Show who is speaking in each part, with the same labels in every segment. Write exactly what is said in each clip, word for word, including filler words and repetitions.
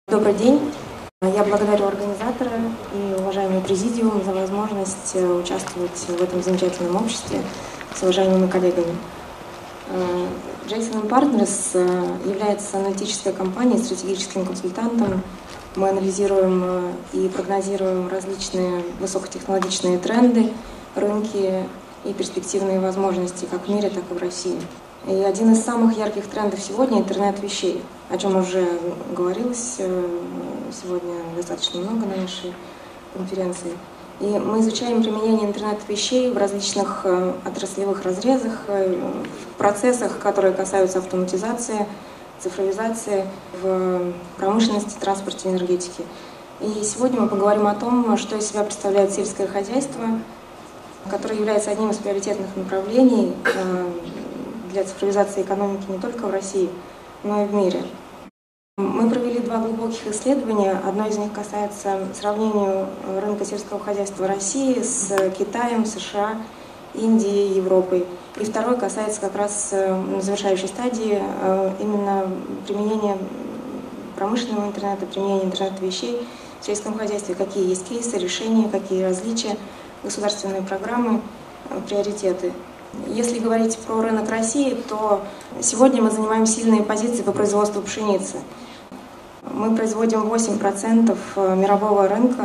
Speaker 1: Добрый день. Я благодарю организатора и уважаемый президиум за возможность участвовать в этом замечательном обществе с уважаемыми коллегами. Джейсон энд Партнерс является аналитической компанией, стратегическим консультантом. Мы анализируем и прогнозируем различные высокотехнологичные тренды, рынки и перспективные возможности как в мире, так и в России. И один из самых ярких трендов сегодня – интернет вещей, о чем уже говорилось сегодня достаточно много на нашей конференции. И мы изучаем применение интернет-вещей в различных отраслевых разрезах, в процессах, которые касаются автоматизации, цифровизации в промышленности, транспорте и энергетике. И сегодня мы поговорим о том, что из себя представляет сельское хозяйство, которое является одним из приоритетных направлений для цифровизации экономики не только в России, но и в мире. Мы провели два глубоких исследования. Одно из них касается сравнения рынка сельского хозяйства России с Китаем, США, Индией, Европой. И второй касается как раз завершающей стадии именно применения промышленного интернета, применения интернет-вещей в сельском хозяйстве. Какие есть кейсы, решения, какие различия, государственные программы, приоритеты. Если говорить про рынок России, то сегодня мы занимаем сильные позиции по производству пшеницы. Мы производим восемь процентов мирового рынка,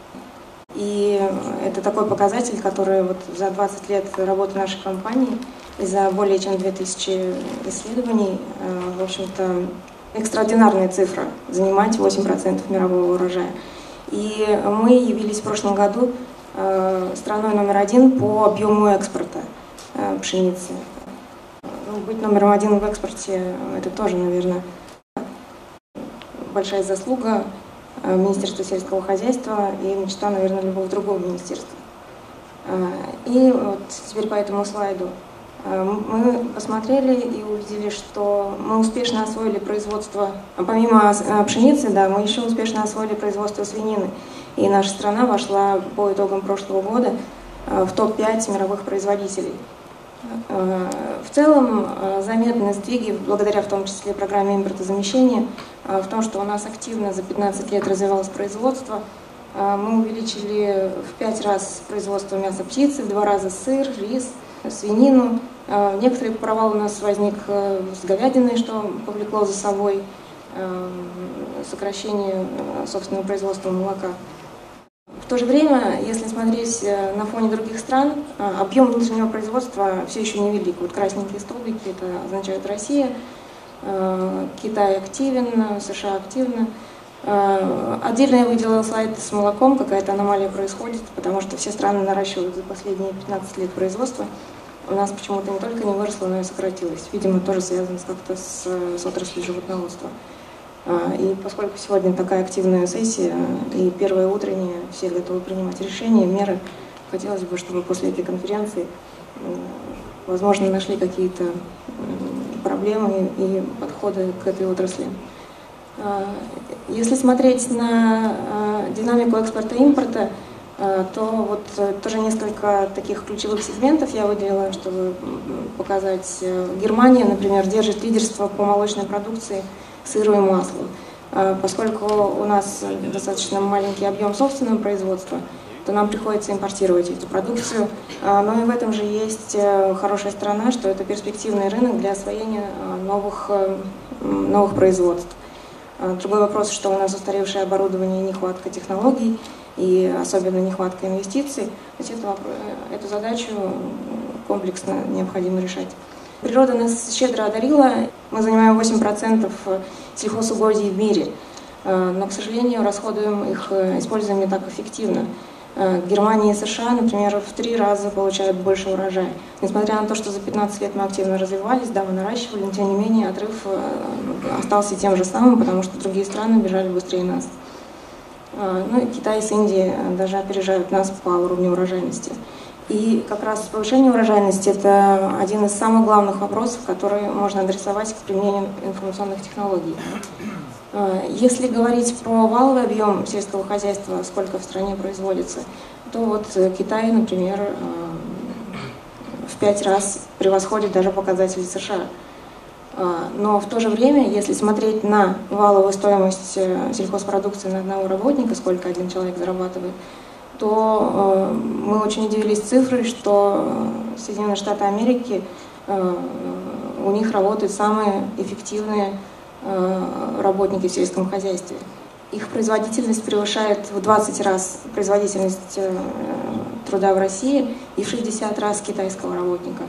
Speaker 1: и это такой показатель, который вот за двадцать лет работы нашей компании и за более чем две тысячи исследований, в общем-то, экстраординарная цифра – занимать восемь процентов мирового урожая. И мы явились в прошлом году страной номер один по объему экспорта пшеницы. Ну, быть номером один в экспорте – это тоже, наверное, большая заслуга Министерства сельского хозяйства и мечта, наверное, любого другого министерства. И вот теперь по этому слайду мы посмотрели и увидели, что мы успешно освоили производство, помимо пшеницы, да, мы еще успешно освоили производство свинины. И наша страна вошла по итогам прошлого года в топ пять мировых производителей. В целом заметны сдвиги, благодаря в том числе программе импортозамещения, в том, что у нас активно за пятнадцать лет развивалось производство. Мы увеличили в пять раз производство мяса птицы, в два раза сыр, рис, свинину. Некоторый провал у нас возник с говядиной, что повлекло за собой сокращение собственного производства молока. В то же время, если смотреть на фоне других стран, объем внутреннего производства все еще невелик. Вот красненькие столбики – это означает Россия, Китай активен, США активно. Отдельно я выделила слайд с молоком, какая-то аномалия происходит, потому что все страны наращивают за последние пятнадцать лет производства. У нас почему-то не только не выросло, но и сократилось. Видимо, тоже связано как-то с, с отраслью животноводства. И поскольку сегодня такая активная сессия и первая утренняя, все готовы принимать решения, меры, хотелось бы, чтобы после этой конференции, возможно, нашли какие-то проблемы и подходы к этой отрасли. Если смотреть на динамику экспорта и импорта, то вот тоже несколько таких ключевых сегментов я выделила, чтобы показать. Германия, например, держит лидерство по молочной продукции, сыру и маслу. Поскольку у нас достаточно маленький объем собственного производства, то нам приходится импортировать эту продукцию. Но и в этом же есть хорошая сторона, что это перспективный рынок для освоения новых, новых производств. Другой вопрос, что у нас устаревшее оборудование, нехватка технологий и особенно нехватка инвестиций. То есть эту, эту задачу комплексно необходимо решать. Природа нас щедро одарила, мы занимаем восемь процентов сельхозугодий в мире, но, к сожалению, расходуем их, используем не так эффективно. Германия и США, например, в три раза получают больше урожая. Несмотря на то, что за пятнадцать лет мы активно развивались, да, мы наращивали, но тем не менее отрыв остался тем же самым, потому что другие страны бежали быстрее нас. Ну и Китай с Индией даже опережают нас по уровню урожайности. И как раз повышение урожайности – это один из самых главных вопросов, которые можно адресовать к применению информационных технологий. Если говорить про валовый объем сельского хозяйства, сколько в стране производится, то вот Китай, например, в пять раз превосходит даже показатели США. Но в то же время, если смотреть на валовую стоимость сельхозпродукции на одного работника, сколько один человек зарабатывает, то мы очень удивились цифрой, что Соединенные Штаты Америки, у них работают самые эффективные работники в сельском хозяйстве. Их производительность превышает в двадцать раз производительность труда в России и в шестьдесят раз китайского работника.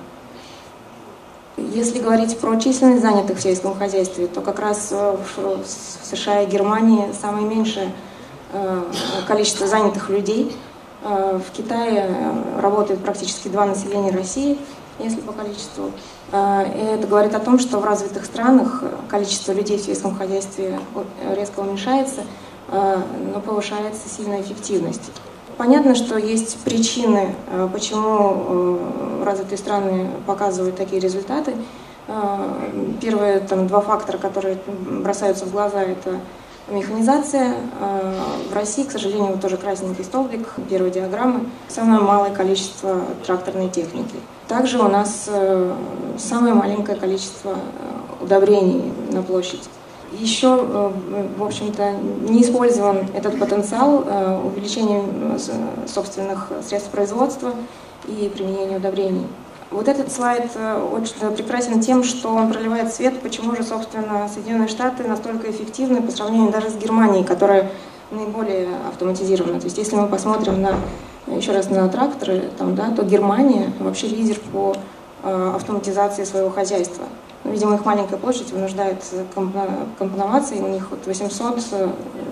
Speaker 1: Если говорить про численность занятых в сельском хозяйстве, то как раз в США и Германии самое меньшее количество занятых людей. В Китае работает практически два населения России, если по количеству. И это говорит о том, что в развитых странах количество людей в сельском хозяйстве резко уменьшается, но повышается сильно эффективность. Понятно, что есть причины, почему развитые страны показывают такие результаты. Первые там, два фактора, которые бросаются в глаза, это механизация. В России, к сожалению, вот тоже красненький столбик первой диаграммы, самое малое количество тракторной техники. Также у нас самое маленькое количество удобрений на площадь. Еще, в общем-то, не использован этот потенциал увеличения собственных средств производства и применения удобрений. Вот этот слайд очень прекрасен тем, что он проливает свет, почему же, собственно, Соединенные Штаты настолько эффективны по сравнению даже с Германией, которая наиболее автоматизирована. То есть, если мы посмотрим на, еще раз на тракторы, там, да, то Германия вообще лидер по автоматизации своего хозяйства. Видимо, их маленькая площадь вынуждает компоноваться, и у них вот восемьсот э,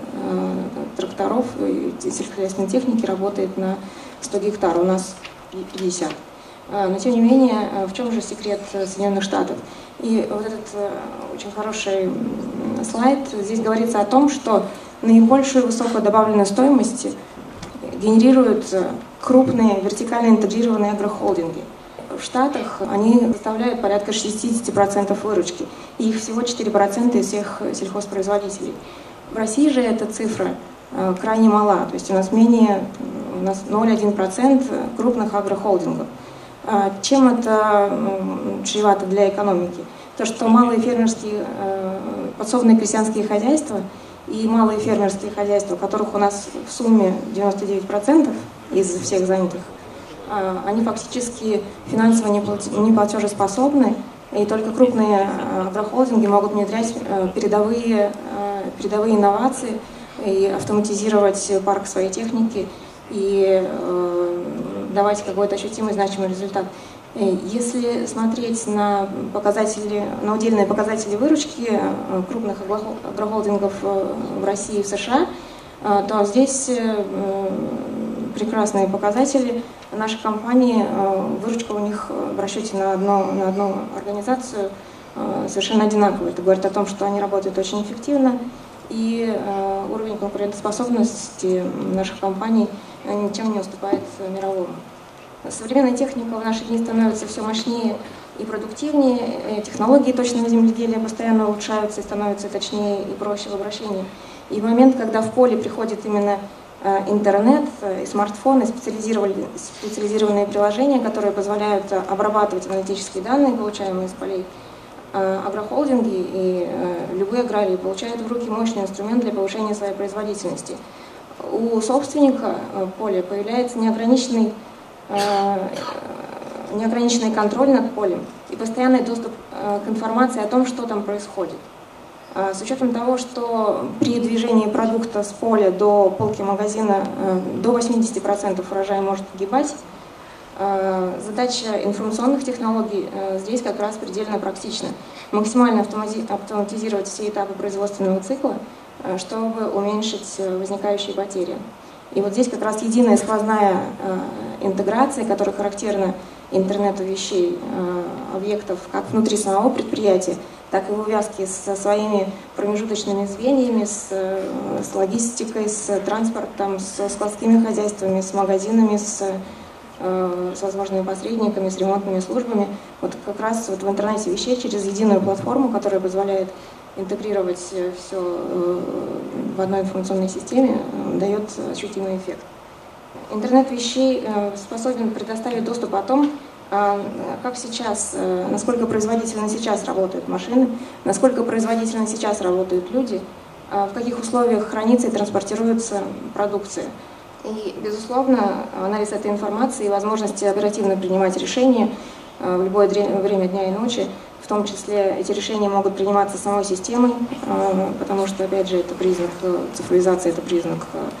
Speaker 1: тракторов и сельскохозяйственной техники работает на сто гектар, у нас пятьдесят. Но, тем не менее, в чем же секрет Соединенных Штатов? И вот этот очень хороший слайд, здесь говорится о том, что наибольшую высокую добавленную стоимость генерируют крупные вертикально интегрированные агрохолдинги. В Штатах они составляют порядка шестьдесят процентов выручки, и их всего четыре процента из всех сельхозпроизводителей. В России же эта цифра крайне мала, то есть у нас менее, у нас ноль целых одна десятая процента крупных агрохолдингов. Чем это чревато для экономики? То, что малые фермерские подсобные крестьянские хозяйства и малые фермерские хозяйства, которых у нас в сумме девяносто девять процентов из всех занятых, они фактически финансово не платежеспособны, и только крупные агрохолдинги могут внедрять передовые, передовые инновации и автоматизировать парк своей техники и давать какой-то ощутимый, значимый результат. Если смотреть на показатели, на удельные показатели выручки крупных агрохолдингов в России и в США, то здесь прекрасные показатели. Наши компании, выручка у них в расчете на, одно, на одну организацию совершенно одинаковая. Это говорит о том, что они работают очень эффективно, и уровень конкурентоспособности наших компаний ничем не уступает мировому. Современная техника в наши дни становится все мощнее и продуктивнее, технологии точного земледелия постоянно улучшаются и становятся точнее и проще в обращении. И в момент, когда в поле приходит именно интернет и смартфоны, специализированные, специализированные приложения, которые позволяют обрабатывать аналитические данные, получаемые из полей, агрохолдинги и любые аграрии получают в руки мощный инструмент для повышения своей производительности. У собственника поля появляется неограниченный, неограниченный контроль над полем и постоянный доступ к информации о том, что там происходит. С учетом того, что при движении продукта с поля до полки магазина до восьмидесяти процентов урожая может погибать, задача информационных технологий здесь как раз предельно практична. Максимально автоматизировать все этапы производственного цикла, чтобы уменьшить возникающие потери. И вот здесь как раз единая сквозная интеграция, которая характерна интернету вещей, объектов как внутри самого предприятия, так и в увязке со своими промежуточными звеньями, с, с логистикой, с транспортом, со складскими хозяйствами, с магазинами, с, с возможными посредниками, с ремонтными службами. Вот как раз вот в интернете вещей через единую платформу, которая позволяет интегрировать все в одной информационной системе, дает ощутимый эффект. Интернет вещей способен предоставить доступ о том, Как сейчас, насколько производительно сейчас работают машины, насколько производительно сейчас работают люди, в каких условиях хранится и транспортируется продукция. И, безусловно, анализ этой информации и возможности оперативно принимать решения в любое время дня и ночи, в том числе эти решения могут приниматься самой системой, потому что, опять же, это признак цифровизации, это признак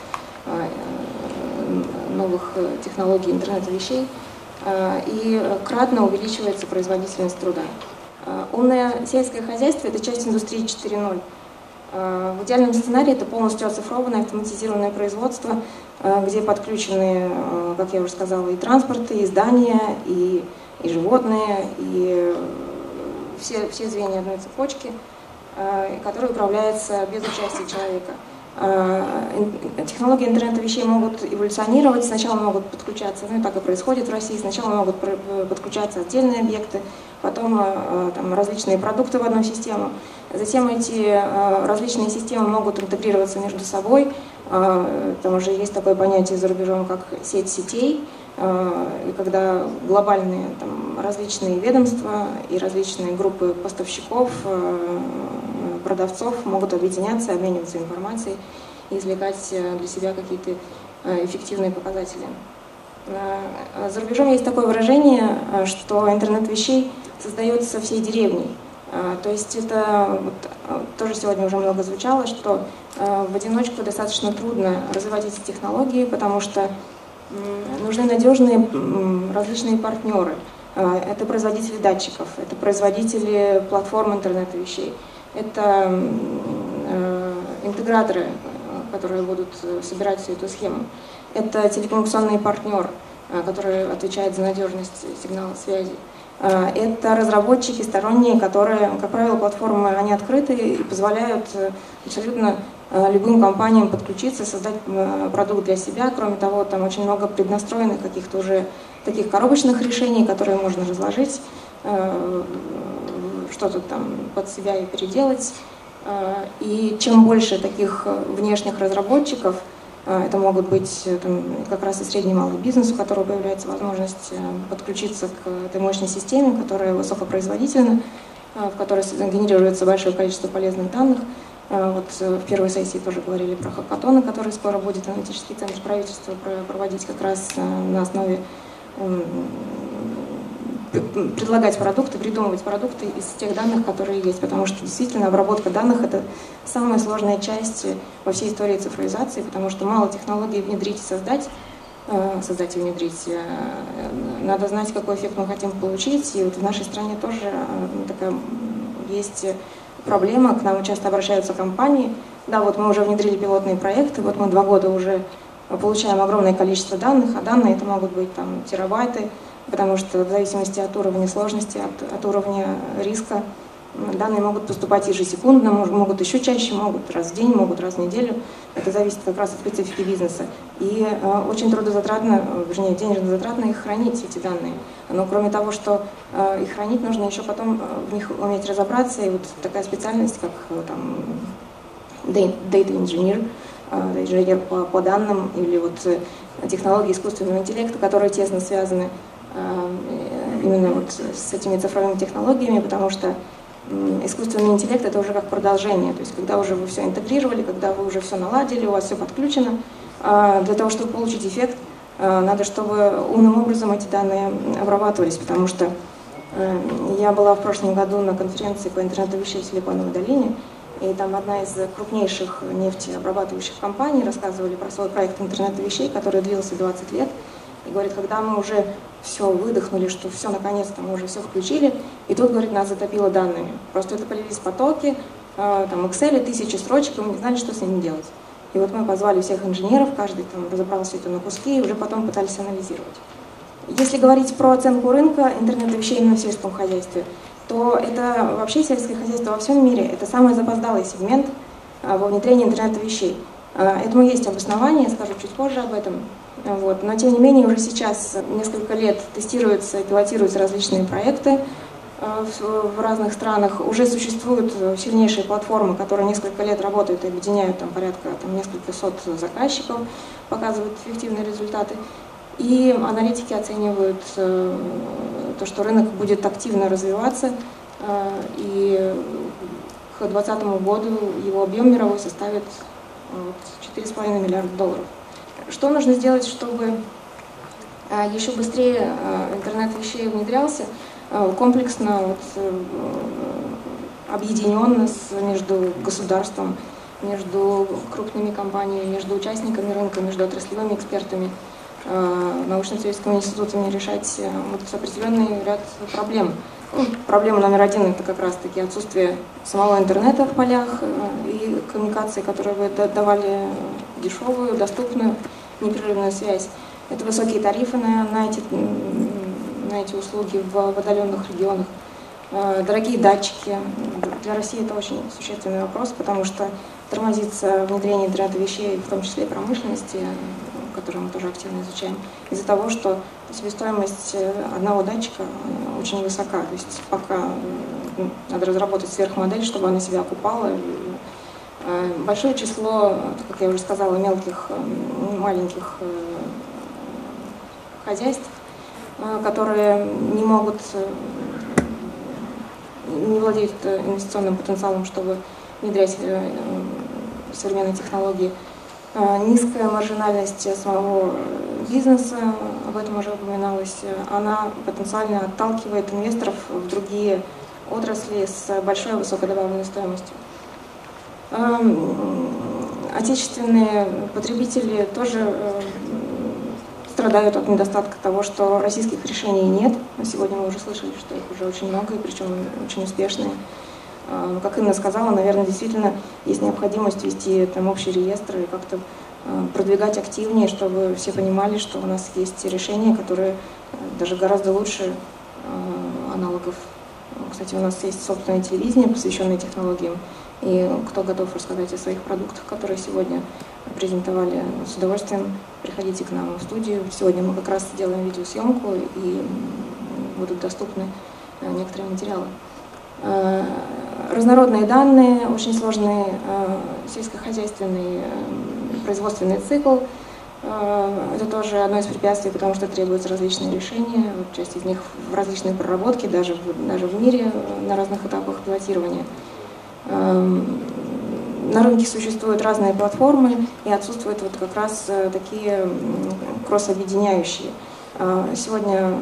Speaker 1: новых технологий интернета вещей, и кратно увеличивается производительность труда. Умное сельское хозяйство – это часть индустрии четыре ноль. В идеальном сценарии это полностью оцифрованное, автоматизированное производство, где подключены, как я уже сказала, и транспорты, и здания, и, и животные, и все, все звенья одной цепочки, которая управляется без участия человека. Технологии интернета вещей могут эволюционировать, сначала могут подключаться, ну и так и происходит в России, сначала могут подключаться отдельные объекты, потом там, различные продукты в одну систему, затем эти различные системы могут интегрироваться между собой, там уже есть такое понятие за рубежом, как сеть сетей, и когда глобальные там, различные ведомства и различные группы поставщиков, продавцов могут объединяться, обмениваться информацией и извлекать для себя какие-то эффективные показатели. За рубежом есть такое выражение, что интернет вещей создается всей деревней. То есть это вот, тоже сегодня уже много звучало, что в одиночку достаточно трудно развивать эти технологии, потому что нужны надежные различные партнеры. Это производители датчиков, это производители платформ интернета вещей. Это э, интеграторы, которые будут собирать всю эту схему. Это телекоммуникационный партнер, который отвечает за надежность сигнала связи. Это разработчики сторонние, которые, как правило, платформы, они открыты и позволяют абсолютно любым компаниям подключиться, создать продукт для себя. Кроме того, там очень много преднастроенных каких-то уже таких коробочных решений, которые можно разложить, что-то там под себя и переделать. И чем больше таких внешних разработчиков, это могут быть там, как раз и средний и малый бизнес, у которого появляется возможность подключиться к этой мощной системе, которая высокопроизводительна, в которой генерируется большое количество полезных данных. Вот в первой сессии тоже говорили про хакатоны, которые скоро будет аналитический центр правительства проводить как раз на основе предлагать продукты, придумывать продукты из тех данных, которые есть, потому что действительно обработка данных – это самая сложная часть во всей истории цифровизации, потому что мало технологий внедрить и создать, создать и внедрить, надо знать, какой эффект мы хотим получить, и вот в нашей стране тоже такая есть проблема, к нам часто обращаются компании, да, вот мы уже внедрили пилотные проекты, вот мы два года уже получаем огромное количество данных, а данные это могут быть там терабайты, потому что в зависимости от уровня сложности, от, от уровня риска, данные могут поступать ежесекундно, могут еще чаще, могут раз в день, могут раз в неделю. Это зависит как раз от специфики бизнеса. И э, очень трудозатратно, вернее, денежно затратно их хранить, эти данные. Но кроме того, что э, их хранить, нужно еще потом в них уметь разобраться. И вот такая специальность, как там, data engineer, э, инженер по, по данным, или вот технологии искусственного интеллекта, которые тесно связаны именно вот с этими цифровыми технологиями, потому что искусственный интеллект — это уже как продолжение, то есть когда уже вы все интегрировали, когда вы уже все наладили, у вас все подключено, для того, чтобы получить эффект, надо, чтобы умным образом эти данные обрабатывались, потому что я была в прошлом году на конференции по интернету вещей в Силиконовой долине, и там одна из крупнейших нефтеобрабатывающих компаний рассказывали про свой проект интернета вещей, который длился двадцать лет, и говорит, когда мы уже все выдохнули, что все, наконец-то мы уже все включили, и тут, говорит, нас затопило данными. Просто это полились потоки, там, Excel, тысячи строчек, и мы не знали, что с ними делать. И вот мы позвали всех инженеров, каждый там разобрал все это на куски, и уже потом пытались анализировать. Если говорить про оценку рынка интернета вещей именно в сельском хозяйстве, то это вообще сельское хозяйство во всем мире, это самый запоздалый сегмент во внедрении интернета вещей. Этому есть обоснование, я скажу чуть позже об этом. Вот. Но, тем не менее, уже сейчас несколько лет тестируются и пилотируются различные проекты в разных странах. Уже существуют сильнейшие платформы, которые несколько лет работают и объединяют там, порядка там, несколько сот заказчиков, показывают эффективные результаты. И аналитики оценивают то, что рынок будет активно развиваться, и к две тысячи двадцатому году его объем мировой составит четыре с половиной миллиарда долларов. Что нужно сделать, чтобы еще быстрее интернет вещей внедрялся комплексно, вот, объединенно между государством, между крупными компаниями, между участниками рынка, между отраслевыми экспертами, научно-исследовательскими институтами решать вот определенный ряд проблем. Ну, проблема номер один – это как раз-таки отсутствие самого интернета в полях и коммуникации, которые бы давали дешевую, доступную, непрерывную связь. Это высокие тарифы на, на, эти, на эти услуги в, в отдаленных регионах. Дорогие датчики. Для России это очень существенный вопрос, потому что тормозится внедрение интернета вещей, в том числе и промышленности, которую мы тоже активно изучаем, из-за того, что себестоимость одного датчика очень высока. То есть пока надо разработать сверхмодель, чтобы она себя окупала. Большое число, как я уже сказала, мелких, маленьких хозяйств, которые не могут, не владеют инвестиционным потенциалом, чтобы внедрять современные технологии. Низкая маржинальность самого бизнеса, об этом уже упоминалось, она потенциально отталкивает инвесторов в другие отрасли с большой высокой добавленной стоимостью. Отечественные потребители тоже страдают от недостатка того, что российских решений нет. Сегодня мы уже слышали, что их уже очень много, и причем очень успешные. Как Инна сказала, наверное, действительно есть необходимость вести там общий реестр и как-то продвигать активнее, чтобы все понимали, что у нас есть решения, которые даже гораздо лучше аналогов. Кстати, у нас есть собственное телевидение, посвященное технологиям, и кто готов рассказать о своих продуктах, которые сегодня презентовали, с удовольствием приходите к нам в студию. Сегодня мы как раз делаем видеосъемку, и будут доступны некоторые материалы. Разнородные данные, очень сложный сельскохозяйственный производственный цикл. Это тоже одно из препятствий, потому что требуются различные решения, часть из них в различной проработке, даже в, даже в мире на разных этапах пилотирования. На рынке существуют разные платформы, и отсутствуют вот как раз такие кросс-объединяющие. Сегодня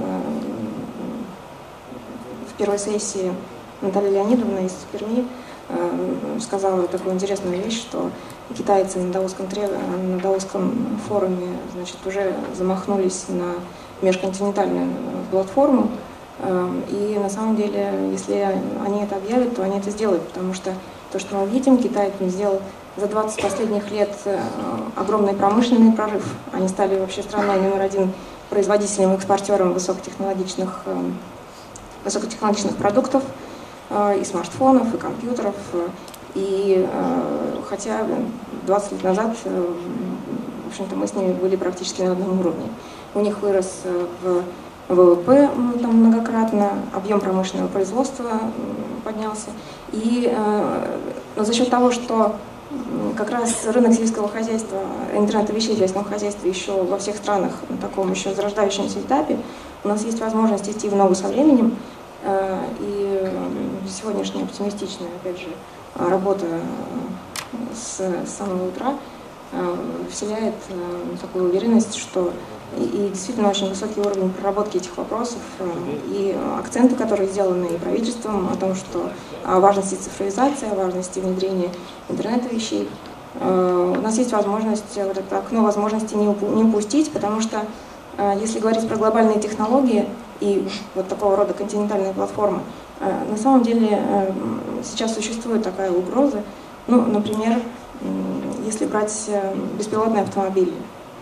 Speaker 1: в первой сессии Наталья Леонидовна из Перми сказала такую интересную вещь, что китайцы на Даосском, на Даосском форуме, значит, уже замахнулись на межконтинентальную платформу. И на самом деле, если они это объявят, то они это сделают, потому что то, что мы видим, Китай сделал за двадцать последних лет огромный промышленный прорыв. Они стали вообще страной номер один производителем, экспортером высокотехнологичных, высокотехнологичных продуктов, и смартфонов, и компьютеров. И хотя двадцать лет назад, в общем-то, мы с ними были практически на одном уровне. У них вырос в ВВП там многократно, объем промышленного производства поднялся. И но за счет того, что как раз рынок сельского хозяйства, интернета вещей в сельском хозяйстве еще во всех странах на таком еще зарождающемся этапе, у нас есть возможность идти в ногу со временем. И сегодняшняя оптимистичная, опять же, работа с самого утра вселяет такую уверенность, что и действительно очень высокий уровень проработки этих вопросов, и акценты, которые сделаны и правительством о том, что о важности цифровизации, о важности внедрения интернета вещей. У нас есть возможность вот это окно возможностей не упустить, потому что если говорить про глобальные технологии и вот такого рода континентальные платформы, на самом деле сейчас существует такая угроза. Ну, например, если брать беспилотные автомобили,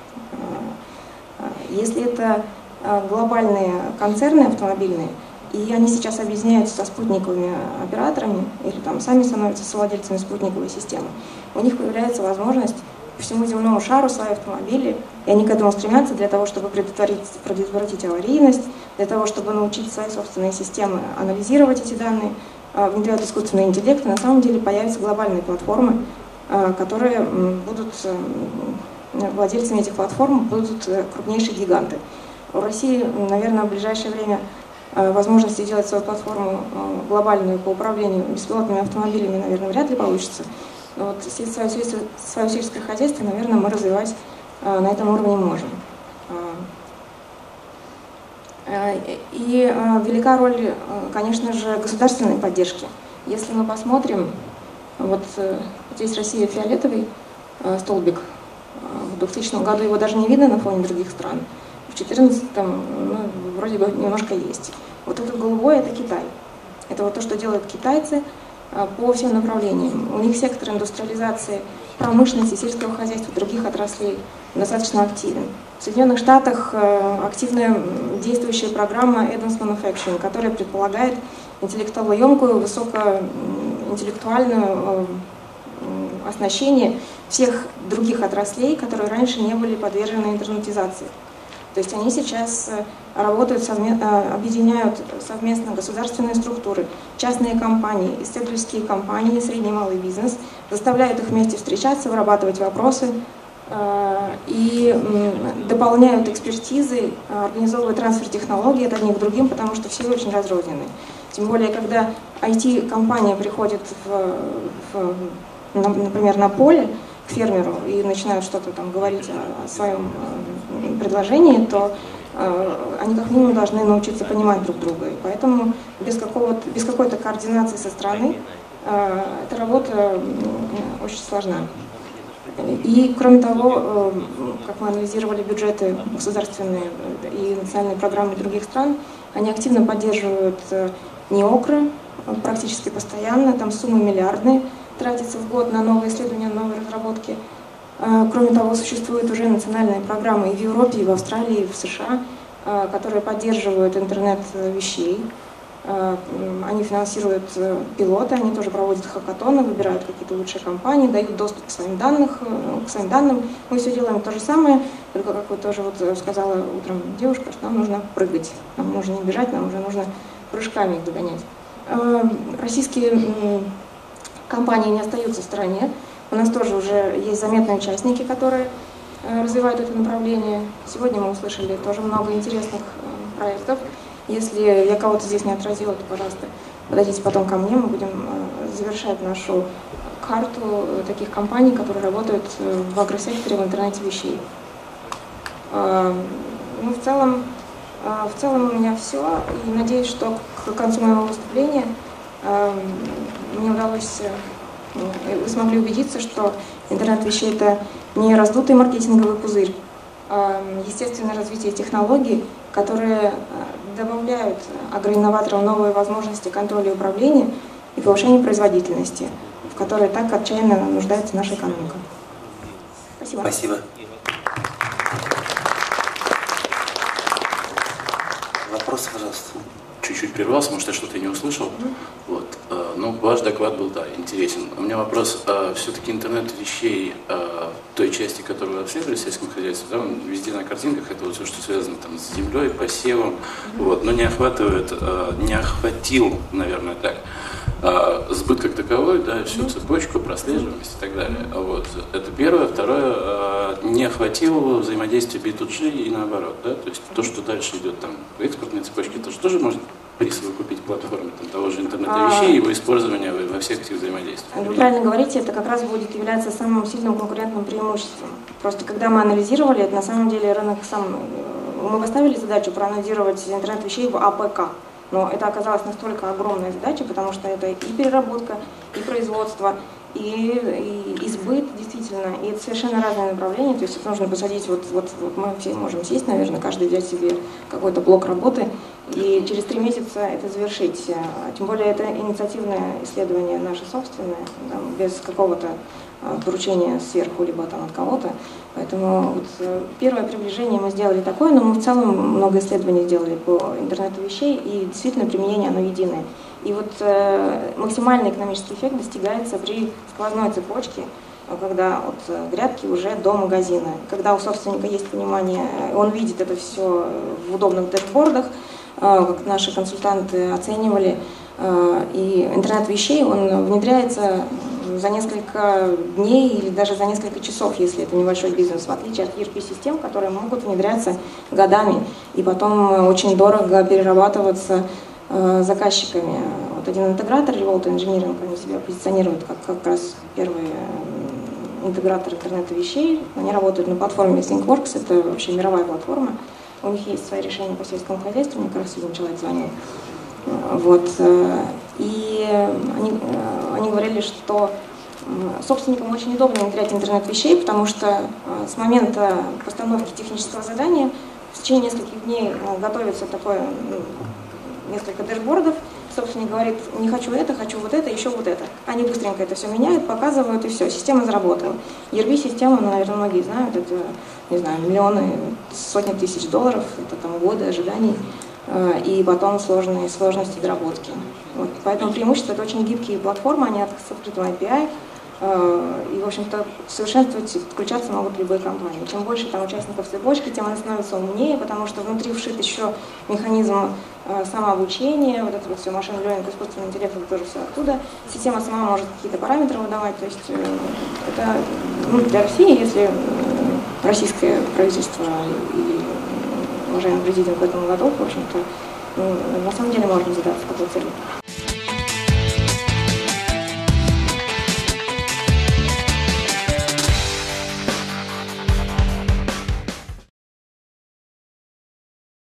Speaker 1: если это глобальные концерны автомобильные, и они сейчас объединяются со спутниковыми операторами, или там сами становятся совладельцами спутниковой системы, у них появляется возможность по всему земному шару свои автомобили, и они к этому стремятся для того, чтобы предотвратить, предотвратить аварийность, для того, чтобы научить свои собственные системы анализировать эти данные, внедряют искусственный интеллект, и на самом деле появятся глобальные платформы, которые будут владельцами этих платформ будут крупнейшие гиганты. У России, наверное, в ближайшее время возможности сделать свою платформу глобальную по управлению беспилотными автомобилями, наверное, вряд ли получится. Но вот свое, свое сельское хозяйство, наверное, мы развивать на этом уровне можем. И велика роль, конечно же, государственной поддержки. Если мы посмотрим, вот здесь Россия фиолетовый столбик, в двухтысячном году его даже не видно на фоне других стран, в две тысячи четырнадцатом ну, вроде бы немножко есть. Вот это голубое – это Китай. Это вот то, что делают китайцы по всем направлениям. У них сектор индустриализации, промышленности, сельского хозяйства, других отраслей достаточно активен. В Соединенных Штатах активная действующая программа Advanced Manufacturing, которая предполагает интеллектуалоемкую, высокоинтеллектуальную оснащение всех других отраслей, которые раньше не были подвержены интернетизации. То есть они сейчас работают, совместно, объединяют совместно государственные структуры, частные компании, исследовательские компании, средний и малый бизнес, заставляют их вместе встречаться, вырабатывать вопросы и дополняют экспертизы, организовывают трансфер технологий от одних к другим, потому что все очень разрознены. Тем более, когда ай ти-компания приходит, в, в, например, на поле к фермеру и начинают что-то там говорить о, о своем предложении, то э, они как минимум должны научиться понимать друг друга. И поэтому без, какого-то, без какой-то координации со стороны э, эта работа э, очень сложна. И, кроме того, э, как мы анализировали бюджеты государственные и национальные программы других стран, они активно поддерживают э, НИОКРы практически постоянно, там суммы миллиардные тратятся в год на новые исследования, новые разработки. Кроме того, существуют уже национальные программы и в Европе, и в Австралии, и в США, которые поддерживают интернет вещей. Они финансируют пилоты, они тоже проводят хакатоны, выбирают какие-то лучшие компании, дают доступ к своим, данным, к своим данным. Мы все делаем то же самое, только, как вы тоже вот сказала утром девушка, что нам нужно прыгать. Нам нужно не бежать, нам уже нужно прыжками их догонять. Российские компании не остаются в стороне. У нас тоже уже есть заметные участники, которые развивают это направление. Сегодня мы услышали тоже много интересных проектов. Если я кого-то здесь не отразила, то, пожалуйста, подойдите потом ко мне. Мы будем завершать нашу карту таких компаний, которые работают в агросекторе, в интернете вещей. Ну, в целом, в целом у меня все. И надеюсь, что к концу моего выступления мне удалось, вы смогли убедиться, что интернет вещей – это не раздутый маркетинговый пузырь, а естественное развитие технологий, которые добавляют агроинноваторам новые возможности контроля и управления и повышения производительности, в которой так отчаянно нуждается наша экономика. Спасибо.
Speaker 2: Спасибо. Вопросы, пожалуйста.
Speaker 3: Чуть-чуть прервался, может, я что-то не услышал. Mm-hmm. Вот. Ну, ваш доклад был, да, интересен. У меня вопрос, все-таки интернет вещей той части, которую вы обследовали в сельском хозяйстве, да, он везде на картинках, это вот все, что связано там с землей, посевом, mm-hmm. вот, но не охватывает, не охватил, наверное, так, сбыт как таковой, да, всю mm-hmm. цепочку, прослеживаемость и так далее. Вот. Это первое. Второе, не охватил взаимодействие би ту джи и наоборот, да, то есть то, что дальше идет там в экспортной цепочке, то, что тоже может присовокупить платформы там, того же интернета вещей, а... его использования во всех этих взаимодействиях.
Speaker 1: Вы правильно говорите, это как раз будет являться самым сильным конкурентным преимуществом. Просто когда мы анализировали, это на самом деле рынок сам... Мы поставили задачу проанализировать интернет вещей в АПК. Но это оказалась настолько огромная задача, потому что это и переработка, и производство, и, и, и сбыт, действительно. И это совершенно разные направления. То есть это нужно посадить, вот, вот, вот мы все можем сесть, наверное, каждый взять себе какой-то блок работы и через три месяца это завершить. Тем более это инициативное исследование наше собственное, там, без какого-то поручения сверху, либо там от кого-то. Поэтому вот первое приближение мы сделали такое, но мы в целом много исследований сделали по интернету вещей, и действительно применение оно единое. И вот э, максимальный экономический эффект достигается при сквозной цепочке, когда от грядки уже до магазина. Когда у собственника есть понимание, он видит это все в удобных дэшбордах, э, как наши консультанты оценивали, э, и интернет вещей, он внедряется за несколько дней или даже за несколько часов, если это небольшой бизнес, в отличие от и эр пи-систем, которые могут внедряться годами и потом очень дорого перерабатываться э, заказчиками. Вот один интегратор, Revolt Engineering, они себя позиционируют как как раз первые интеграторы интернета вещей. Они работают на платформе ThinkWorks, это вообще мировая платформа. У них есть свои решения по сельскому хозяйству, мне кажется, один человек звонил. Вот. И они, они говорили, что собственникам очень удобно внедрять интернет вещей, потому что с момента постановки технического задания в течение нескольких дней готовится такое несколько дэшбордов. Собственник говорит, не хочу это, хочу вот это, еще вот это. Они быстренько это все меняют, показывают, и все, система заработала. и эр пи-система, ну, наверное, многие знают, это, не знаю, миллионы, сотни тысяч долларов, это там годы ожиданий, и потом сложные сложности доработки. Вот. Поэтому преимущество — это очень гибкие платформы, они с открытым эй пи ай, и, в общем-то, совершенствовать, подключаться могут любые компании. Чем больше там участников цепочки, тем они становятся умнее, потому что внутри вшит еще механизм самообучения, вот это вот все, машин learning, искусственный интеллект, это тоже все оттуда. Система сама может какие-то параметры выдавать, то есть это, ну, для России, если российское правительство и уважаемый президент в этом году, в общем-то, ну, на самом деле можно задаться такой целью.